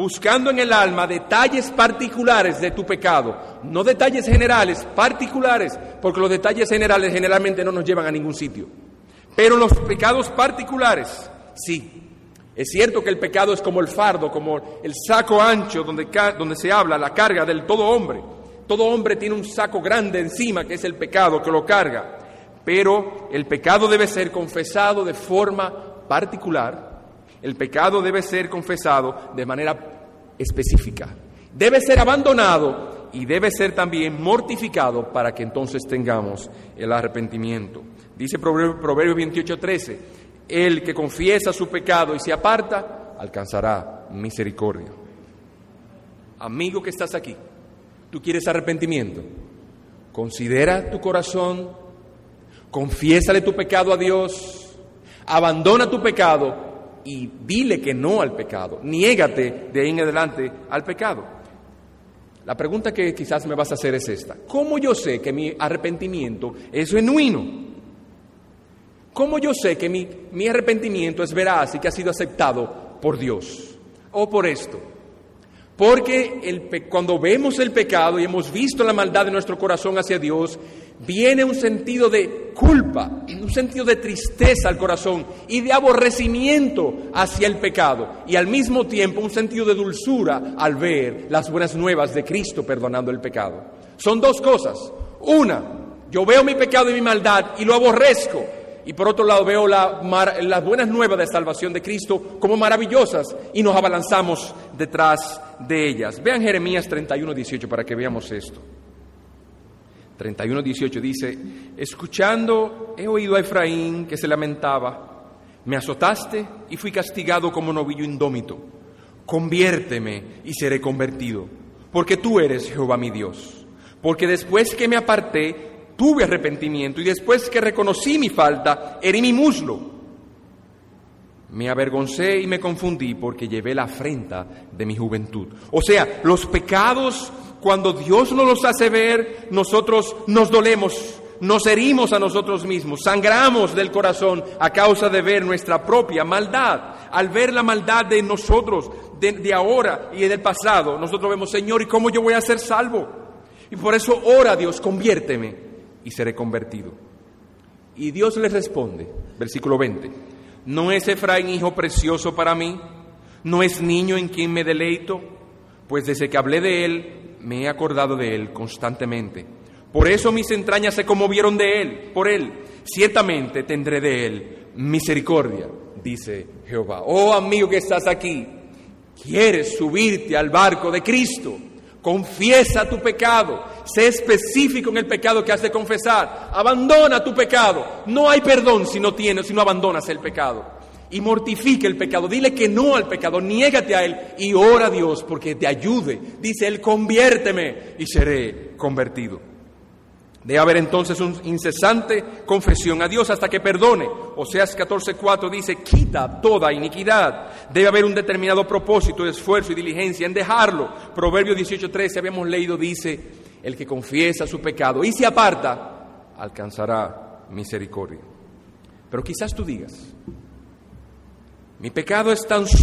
buscando en el alma detalles particulares de tu pecado, no detalles generales, particulares, porque los detalles generales generalmente no nos llevan a ningún sitio. Pero los pecados particulares, sí. Es cierto que el pecado es como el fardo, como el saco ancho donde se habla, la carga del todo hombre. Todo hombre tiene un saco grande encima, que es el pecado que lo carga. Pero el pecado debe ser confesado de forma particular. El pecado debe ser confesado de manera específica. Debe ser abandonado y debe ser también mortificado para que entonces tengamos el arrepentimiento. Dice Proverbios 28:13, el que confiesa su pecado y se aparta, alcanzará misericordia. Amigo que estás aquí, ¿tú quieres arrepentimiento? Considera tu corazón, confiésale tu pecado a Dios, abandona tu pecado y dile que no al pecado. Niégate de ahí en adelante al pecado. La pregunta que quizás me vas a hacer es esta: ¿cómo yo sé que mi arrepentimiento es genuino? ¿Cómo yo sé que mi arrepentimiento es veraz y que ha sido aceptado por Dios? O por esto. Porque cuando vemos el pecado y hemos visto la maldad de nuestro corazón hacia Dios, viene un sentido de culpa, un sentido de tristeza al corazón y de aborrecimiento hacia el pecado. Y al mismo tiempo un sentido de dulzura al ver las buenas nuevas de Cristo perdonando el pecado. Son dos cosas. Una, yo veo mi pecado y mi maldad y lo aborrezco. Y por otro lado veo las buenas nuevas de salvación de Cristo como maravillosas y nos abalanzamos detrás de ellas. Vean Jeremías 31:18 para que veamos esto. 31:18 dice: escuchando he oído a Efraín que se lamentaba, me azotaste y fui castigado como novillo indómito. Conviérteme y seré convertido, porque tú eres Jehová mi Dios. Porque después que me aparté, tuve arrepentimiento, y después que reconocí mi falta, herí mi muslo. Me avergoncé y me confundí porque llevé la afrenta de mi juventud. O sea, los pecados, cuando Dios nos los hace ver, nosotros nos dolemos, nos herimos a nosotros mismos, sangramos del corazón a causa de ver nuestra propia maldad. Al ver la maldad de nosotros, de ahora y del pasado, nosotros vemos: Señor, ¿y cómo yo voy a ser salvo? Y por eso ora a Dios: conviérteme y seré convertido. Y Dios les responde, versículo 20: ¿no es Efraín hijo precioso para mí? ¿No es niño en quien me deleito? Pues desde que hablé de él, me he acordado de él constantemente. Por eso mis entrañas se conmovieron por él. Ciertamente tendré de él misericordia, dice Jehová. Oh amigo que estás aquí, ¿quieres subirte al barco de Cristo? Confiesa tu pecado, sé específico en el pecado que has de confesar, abandona tu pecado. No hay perdón si no abandonas el pecado. Y mortifica el pecado, dile que no al pecado, niégate a él y ora a Dios porque te ayude. Dice él: conviérteme y seré convertido. Debe haber entonces una incesante confesión a Dios hasta que perdone. Oseas 14:4 dice: quita toda iniquidad. Debe haber un determinado propósito, esfuerzo y diligencia en dejarlo. Proverbios 18:13 habíamos leído, dice: el que confiesa su pecado y se aparta, alcanzará misericordia. Pero quizás tú digas: mi pecado es tan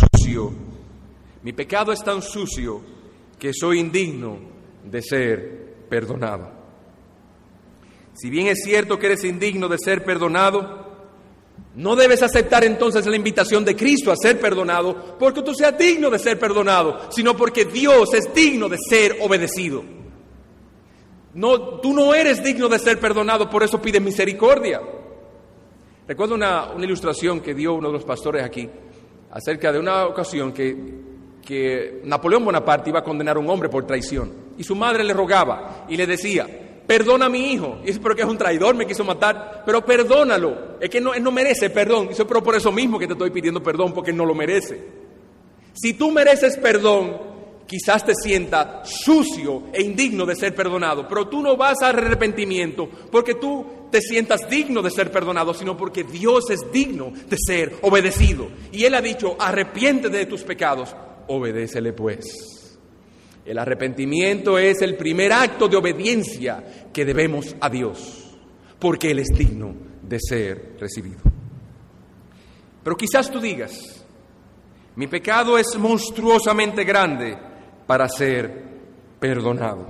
sucio que soy indigno de ser perdonado. Si bien es cierto que eres indigno de ser perdonado, no debes aceptar entonces la invitación de Cristo a ser perdonado porque tú seas digno de ser perdonado, sino porque Dios es digno de ser obedecido. No, tú no eres digno de ser perdonado, por eso pides misericordia. Recuerdo una ilustración que dio uno de los pastores aquí acerca de una ocasión que Napoleón Bonaparte iba a condenar a un hombre por traición y su madre le rogaba y le decía: perdona a mi hijo. Y dice: pero que es un traidor, me quiso matar, pero perdónalo, es que él no merece perdón. Dice: pero por eso mismo que te estoy pidiendo perdón, porque él no lo merece. Si tú mereces perdón, quizás te sientas sucio e indigno de ser perdonado, pero tú no vas al arrepentimiento porque tú te sientas digno de ser perdonado, sino porque Dios es digno de ser obedecido. Y Él ha dicho: arrepiéntete de tus pecados, obedécele pues. El arrepentimiento es el primer acto de obediencia que debemos a Dios, porque Él es digno de ser recibido. Pero quizás tú digas: Mi pecado es monstruosamente grande para ser perdonado.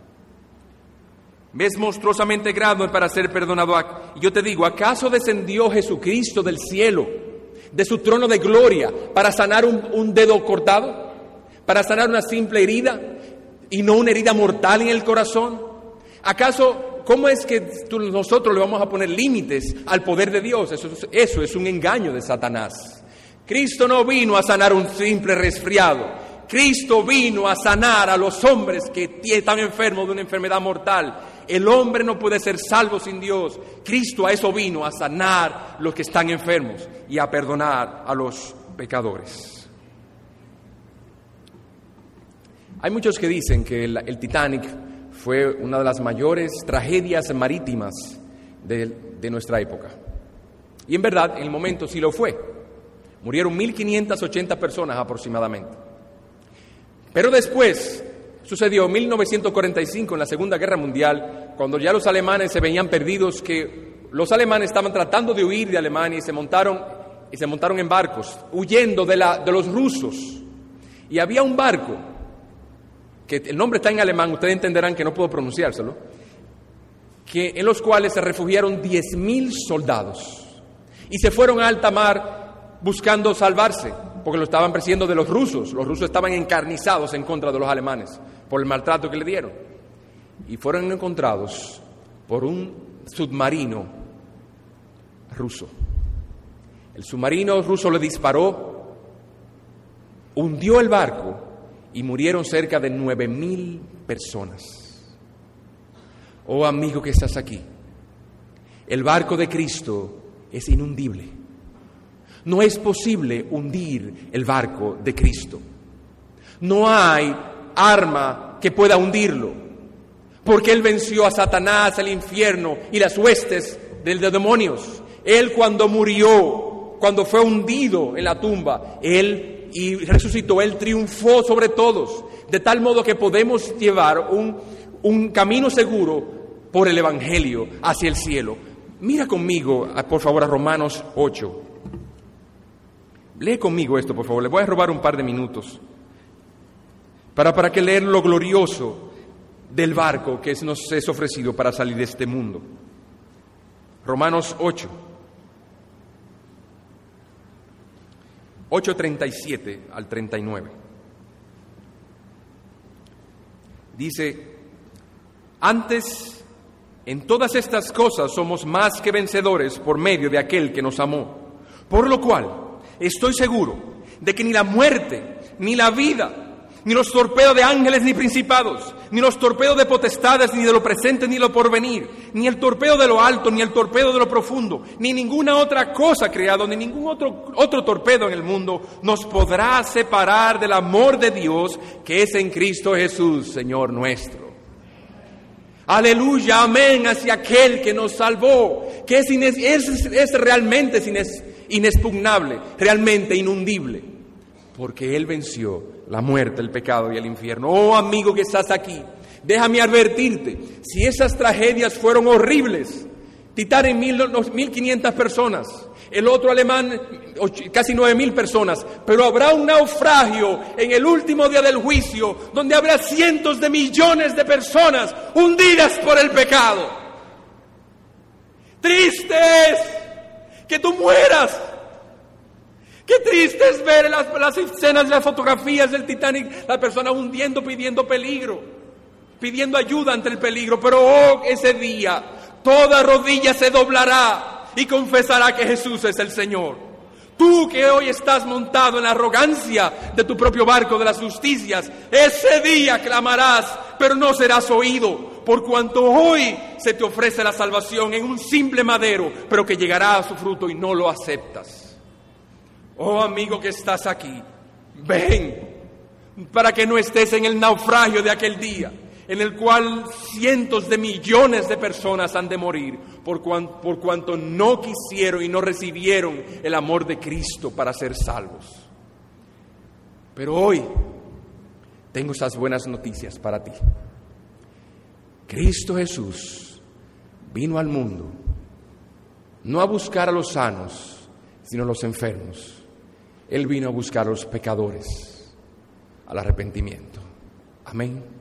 Es monstruosamente grande para ser perdonado. Y yo te digo, ¿acaso descendió Jesucristo del cielo, de su trono de gloria, para sanar un dedo cortado? ¿Para sanar una simple herida y no una herida mortal en el corazón? ¿Acaso, cómo es que nosotros le vamos a poner límites al poder de Dios? Eso es un engaño de Satanás. Cristo no vino a sanar un simple resfriado. Cristo vino a sanar a los hombres que están enfermos de una enfermedad mortal. El hombre no puede ser salvo sin Dios. Cristo a eso vino, a sanar a los que están enfermos y a perdonar a los pecadores. Hay muchos que dicen que el Titanic fue una de las mayores tragedias marítimas de nuestra época. Y en verdad, en el momento sí lo fue. Murieron 1.580 personas aproximadamente. Pero después sucedió en 1945, en la Segunda Guerra Mundial, cuando ya los alemanes se veían perdidos, que los alemanes estaban tratando de huir de Alemania y se montaron en barcos, huyendo de los rusos. Y había un barco, que el nombre está en alemán, ustedes entenderán que no puedo pronunciárselo, en los cuales se refugiaron 10.000 soldados. Y se fueron a alta mar buscando salvarse, porque lo estaban persiguiendo de los rusos. Los rusos estaban encarnizados en contra de los alemanes por el maltrato que le dieron. Y fueron encontrados por un submarino ruso. El submarino ruso le disparó, hundió el barco y murieron cerca de 9.000 personas. Oh amigo que estás aquí, el barco de Cristo es inundible. No es posible hundir el barco de Cristo. No hay arma que pueda hundirlo, porque Él venció a Satanás, el infierno y las huestes de los demonios. Él cuando murió, cuando fue hundido en la tumba, Él y resucitó, Él triunfó sobre todos, de tal modo que podemos llevar un camino seguro por el Evangelio hacia el cielo. Mira conmigo, por favor, a Romanos 8. Lee conmigo esto, por favor. Le voy a robar un par de minutos para que lean lo glorioso del barco que nos es ofrecido para salir de este mundo. Romanos 8, 8:37 al 39. Dice: antes, en todas estas cosas somos más que vencedores por medio de aquel que nos amó. Por lo cual, estoy seguro de que ni la muerte, ni la vida, ni los torpedos de ángeles ni principados, ni los torpedos de potestades, ni de lo presente ni de lo porvenir, ni el torpedo de lo alto, ni el torpedo de lo profundo, ni ninguna otra cosa creada, ni ningún otro torpedo en el mundo nos podrá separar del amor de Dios que es en Cristo Jesús, Señor nuestro. Aleluya, amén, hacia aquel que nos salvó, que es realmente inexpugnable, realmente inundible, porque Él venció la muerte, el pecado y el infierno. Oh amigo que estás aquí, déjame advertirte, si esas tragedias fueron horribles, Titanic 1.500 personas, el otro alemán casi 9.000 personas, pero habrá un naufragio en el último día del juicio, donde habrá cientos de millones de personas hundidas por el pecado. Triste es que tú mueras. Qué triste es ver las escenas, las fotografías del Titanic, las personas hundiendo, pidiendo peligro, pidiendo ayuda ante el peligro. Pero ese día, toda rodilla se doblará y confesará que Jesús es el Señor. Tú que hoy estás montado en la arrogancia de tu propio barco de las justicias, ese día clamarás, pero no serás oído, por cuanto hoy se te ofrece la salvación en un simple madero, pero que llegará a su fruto y no lo aceptas. Oh amigo que estás aquí, ven, para que no estés en el naufragio de aquel día, en el cual cientos de millones de personas han de morir, por cuanto no quisieron y no recibieron el amor de Cristo para ser salvos. Pero hoy tengo esas buenas noticias para ti. Cristo Jesús vino al mundo no a buscar a los sanos, sino a los enfermos. Él vino a buscar a los pecadores al arrepentimiento. Amén.